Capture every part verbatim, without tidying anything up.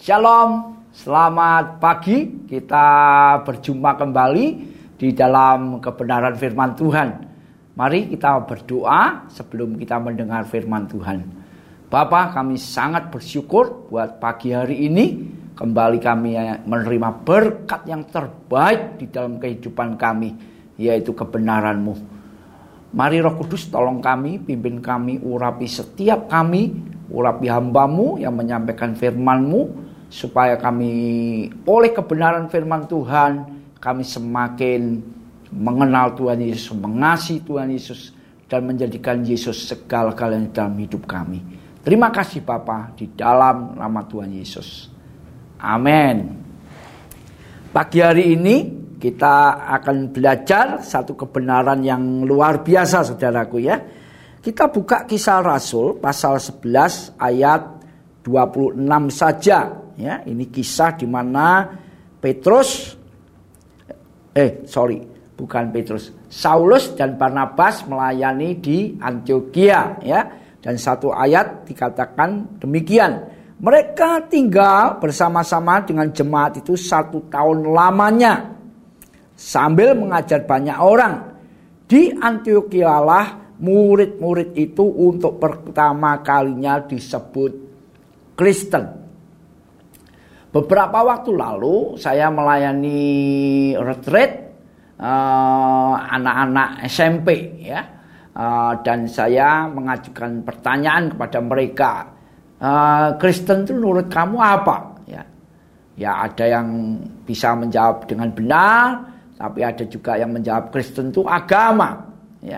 Shalom, selamat pagi. Kita berjumpa kembali di dalam kebenaran firman Tuhan. Mari kita berdoa sebelum kita mendengar firman Tuhan. Bapa, kami sangat bersyukur buat pagi hari ini. Kembali kami menerima berkat yang terbaik di dalam kehidupan kami, yaitu kebenaran-Mu. Mari Roh Kudus tolong kami, pimpin kami, urapi setiap kami, urapi hamba-Mu yang menyampaikan firman-Mu, supaya kami oleh kebenaran firman Tuhan, kami semakin mengenal Tuhan Yesus, mengasihi Tuhan Yesus, dan menjadikan Yesus segala-galanya dalam hidup kami. Terima kasih Bapa, di dalam nama Tuhan Yesus. Amin. Pagi hari ini kita akan belajar satu kebenaran yang luar biasa, saudaraku ya. Kita buka Kisah Rasul pasal sebelas ayat dua puluh enam saja. Ya, ini kisah di mana Petrus, eh sorry, bukan Petrus, Saulus dan Barnabas melayani di Antiokhia, ya. Dan satu ayat dikatakan demikian: mereka tinggal bersama-sama dengan jemaat itu satu tahun lamanya, sambil mengajar banyak orang. Di Antiokhia lah murid-murid itu untuk pertama kalinya disebut Kristen. Beberapa waktu lalu saya melayani retreat uh, anak-anak S M P, ya, uh, dan saya mengajukan pertanyaan kepada mereka, uh, Kristen itu menurut kamu apa? Ya, ya ada yang bisa menjawab dengan benar, tapi ada juga yang menjawab Kristen itu agama, ya.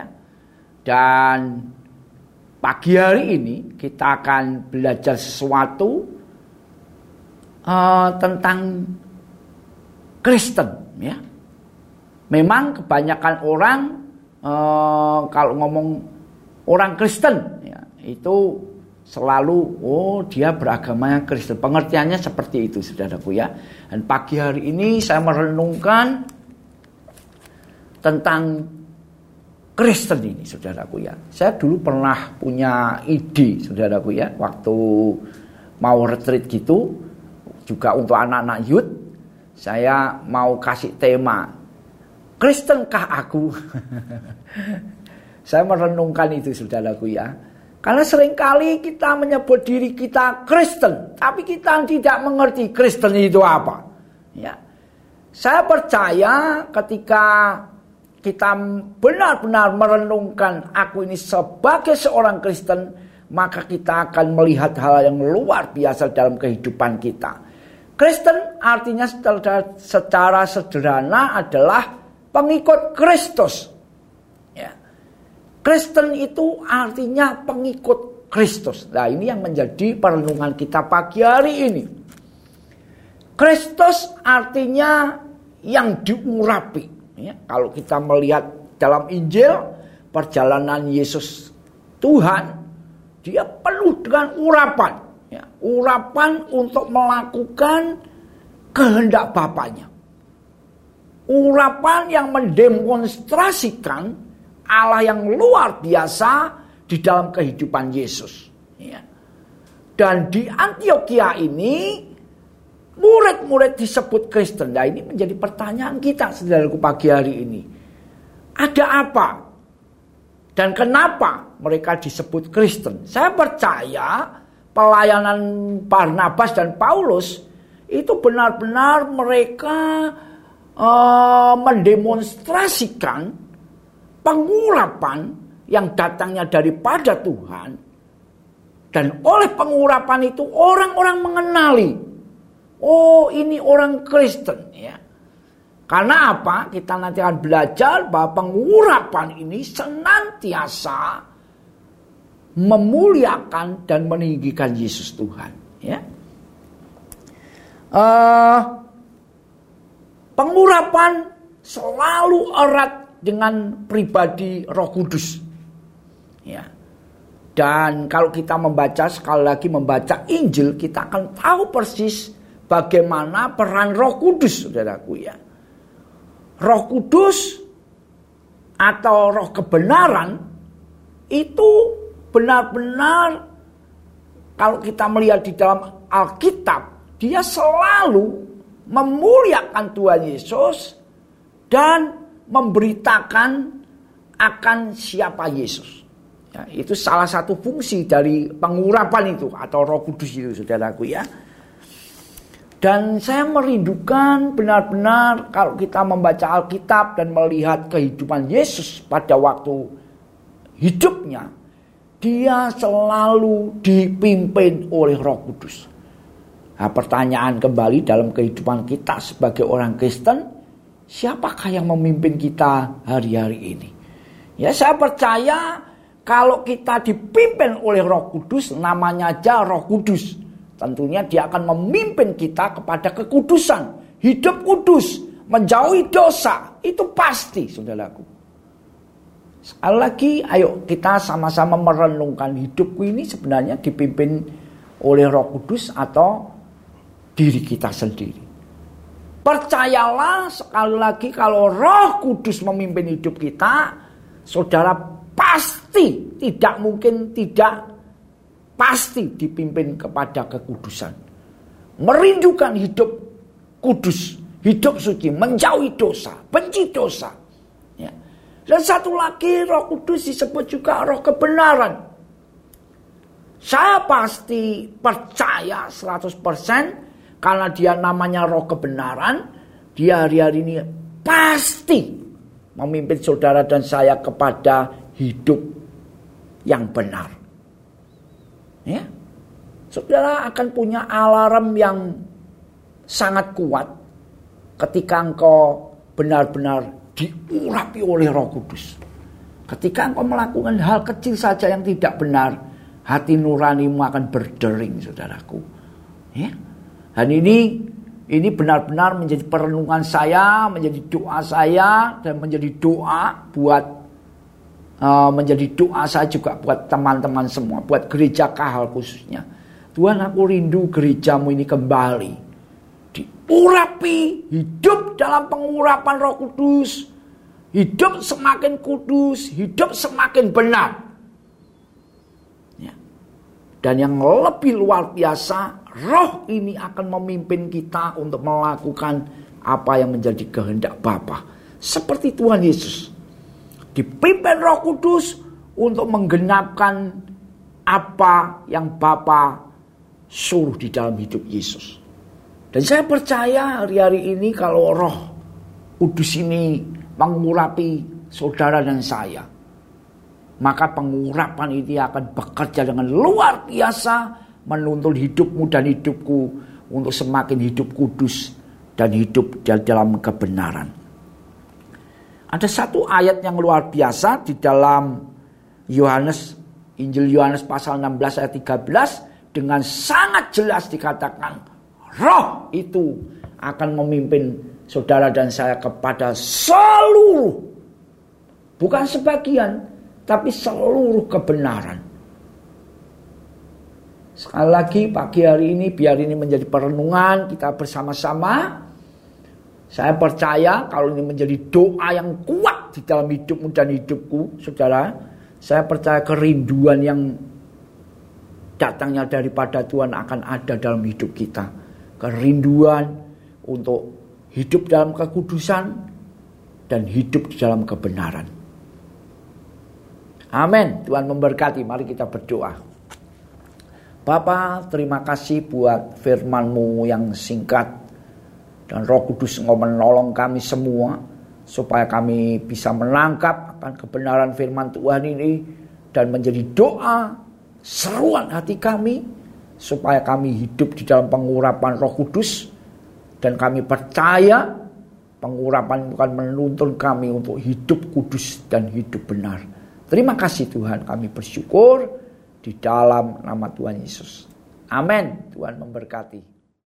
Dan pagi hari ini kita akan belajar sesuatu Uh, tentang Kristen, ya. Memang kebanyakan orang uh, kalau ngomong orang Kristen, ya, itu selalu oh dia beragamanya Kristen. Pengertiannya seperti itu, saudaraku ya. Dan pagi hari ini saya merenungkan tentang Kristen ini, saudaraku ya. Saya dulu pernah punya ide, saudaraku ya, waktu mau retreat gitu, juga untuk anak-anak youth, saya mau kasih tema, Kristenkah aku? Saya merenungkan itu, saudaraku ya. Karena seringkali kita menyebut diri kita Kristen, tapi kita tidak mengerti Kristen itu apa. Ya, saya percaya ketika kita benar-benar merenungkan aku ini sebagai seorang Kristen, maka kita akan melihat hal yang luar biasa dalam kehidupan kita. Kristen artinya secara sederhana adalah pengikut Kristus. Ya. Kristen itu artinya pengikut Kristus. Nah, ini yang menjadi perenungan kita pagi hari ini. Kristus artinya yang diurapi. Ya, kalau kita melihat dalam Injil, perjalanan Yesus Tuhan, dia penuh dengan urapan. Ya, urapan untuk melakukan kehendak Bapaknya. Urapan yang mendemonstrasikan Allah yang luar biasa di dalam kehidupan Yesus. Ya. Dan di Antiokhia ini murid-murid disebut Kristen. Nah, ini menjadi pertanyaan kita, saudaraku, pagi hari ini. Ada apa? Dan kenapa mereka disebut Kristen? Saya percaya pelayanan Barnabas dan Paulus itu benar-benar mereka uh, mendemonstrasikan pengurapan yang datangnya daripada Tuhan. Dan oleh pengurapan itu orang-orang mengenali, oh ini orang Kristen, ya. Karena apa? Kita nanti akan belajar bahwa pengurapan ini senantiasa memuliakan dan meninggikan Yesus Tuhan, ya. Uh, pengurapan selalu erat dengan pribadi Roh Kudus, ya. Dan kalau kita membaca, sekali lagi membaca Injil, kita akan tahu persis bagaimana peran Roh Kudus, saudaraku ya. Roh Kudus atau Roh kebenaran itu benar-benar kalau kita melihat di dalam Alkitab, dia selalu memuliakan Tuhan Yesus dan memberitakan akan siapa Yesus. Ya, itu salah satu fungsi dari pengurapan itu atau Roh Kudus itu, saudaraku ya. Dan saya merindukan benar-benar kalau kita membaca Alkitab dan melihat kehidupan Yesus pada waktu hidupnya, dia selalu dipimpin oleh Roh Kudus. Nah, pertanyaan kembali dalam kehidupan kita sebagai orang Kristen, siapakah yang memimpin kita hari-hari ini? Ya, saya percaya kalau kita dipimpin oleh Roh Kudus, namanya aja Roh Kudus, tentunya dia akan memimpin kita kepada kekudusan, hidup kudus, menjauhi dosa. Itu pasti, saudaraku. Sekali lagi, ayo kita sama-sama merenungkan hidupku ini sebenarnya dipimpin oleh Roh Kudus atau diri kita sendiri. Percayalah sekali lagi, kalau Roh Kudus memimpin hidup kita, saudara pasti tidak mungkin tidak pasti dipimpin kepada kekudusan. Merindukan hidup kudus, hidup suci, menjauhi dosa, benci dosa. Ya. Dan satu lagi, Roh Kudus disebut juga Roh kebenaran. Saya pasti percaya seratus persen karena dia namanya Roh kebenaran, dia hari-hari ini pasti memimpin saudara dan saya kepada hidup yang benar. Ya, saudara akan punya alarm yang sangat kuat ketika engkau benar-benar diurapi oleh Roh Kudus. Ketika engkau melakukan hal kecil saja yang tidak benar, hati nuranimu akan berdering, saudaraku. Ya, dan ini ini benar-benar menjadi perenungan saya, menjadi doa saya, dan menjadi doa buat Uh, menjadi doa saya juga buat teman-teman semua, buat gereja Kahal khususnya. Tuhan, aku rindu gerejamu ini kembali diurapi, hidup dalam pengurapan Roh Kudus, hidup semakin kudus, hidup semakin benar. Ya. Dan yang lebih luar biasa, Roh ini akan memimpin kita untuk melakukan apa yang menjadi kehendak Bapa. Seperti Tuhan Yesus dipimpin Roh Kudus untuk menggenapkan apa yang Bapa suruh di dalam hidup Yesus. Dan saya percaya hari-hari ini kalau Roh Kudus ini mengurapi saudara dan saya, maka pengurapan ini akan bekerja dengan luar biasa, menuntun hidupmu dan hidupku untuk semakin hidup kudus dan hidup dalam kebenaran. Ada satu ayat yang luar biasa di dalam Yohanes, Injil Yohanes pasal enam belas ayat tiga belas, dengan sangat jelas dikatakan Roh itu akan memimpin saudara dan saya kepada seluruh, bukan sebagian, tapi seluruh kebenaran. Sekali lagi pagi hari ini, biar ini menjadi perenungan kita bersama-sama. Saya percaya kalau ini menjadi doa yang kuat di dalam hidupmu dan hidupku, saudara. Saya percaya kerinduan yang datangnya daripada Tuhan akan ada dalam hidup kita. Kerinduan untuk hidup dalam kekudusan dan hidup di dalam kebenaran. Amin. Tuhan memberkati. Mari kita berdoa. Bapa, terima kasih buat firman-Mu yang singkat. Dan Roh Kudus Engkau menolong kami semua supaya kami bisa menangkap akan kebenaran firman Tuhan ini dan menjadi doa seruan hati kami supaya kami hidup di dalam pengurapan Roh Kudus, dan kami percaya pengurapan itu akan menuntun kami untuk hidup kudus dan hidup benar. Terima kasih Tuhan, kami bersyukur di dalam nama Tuhan Yesus. Amin. Tuhan memberkati.